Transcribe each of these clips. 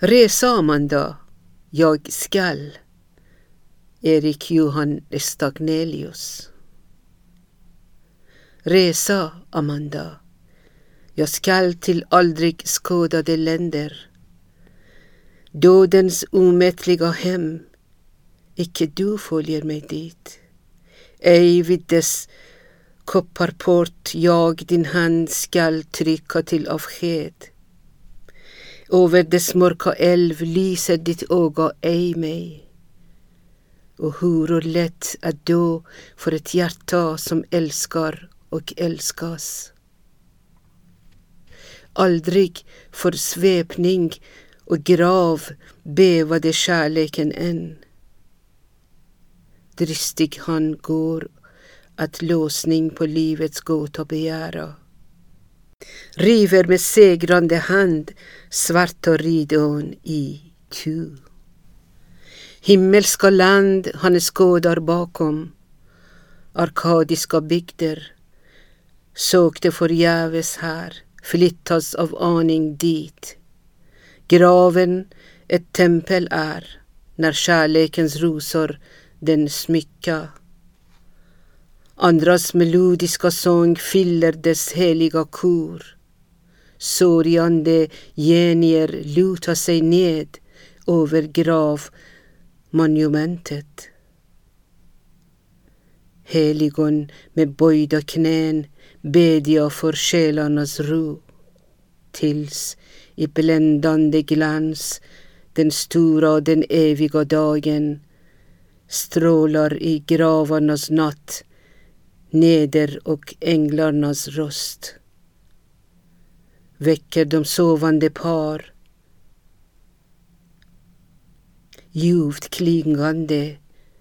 Resa, Amanda, jag skall. Erik Johan Stagnelius. Resa, Amanda, jag skall till aldrig skådade länder. Dödens omättliga hem, icke du följer mig dit. Ej vid dess kopparport jag din hand skall trycka till avsked. Över dess mörka älv lyser ditt öga ej mig. Och hur lätt är då för ett hjärta som älskar och älskas. Aldrig för svepning och grav bävade kärleken än. Dristig han går att låsning på livets gåta begära. River med segrande hand svarta ridån i tu. Himmelska land han skådar bakom, arkadiska bygder, sökte förgäves här, flyttas av aning dit. Graven ett tempel är, när kärlekens rosor den smycka. Andras melodiska sång fyller dess heliga kor. Sörjande genier lutar sig ned över gravmonumentet. Heligon med böjda knän bedja för själarnas ro. Tills i bländande glans den stora, den eviga dagen strålar i gravarnas natt neder och änglarnas röst. Väcker de sovande par, ljuvt klingande,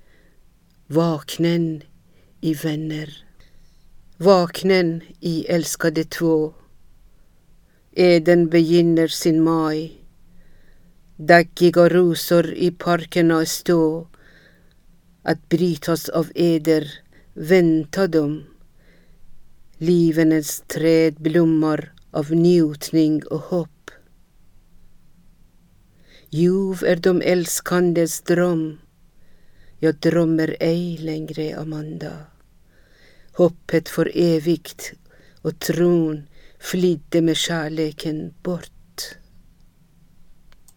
vaknen i vänner. Vaknen i älskade två, eden begynner sin maj. Daggiga rosor i parkerna stå, att brytas av eder vänta dem. Livenets träd blommar av njutning och hopp. Ljuv är de älskandes dröm. Jag drömmer ej längre, Amanda. Hoppet för evigt och tron flydde med kärleken bort.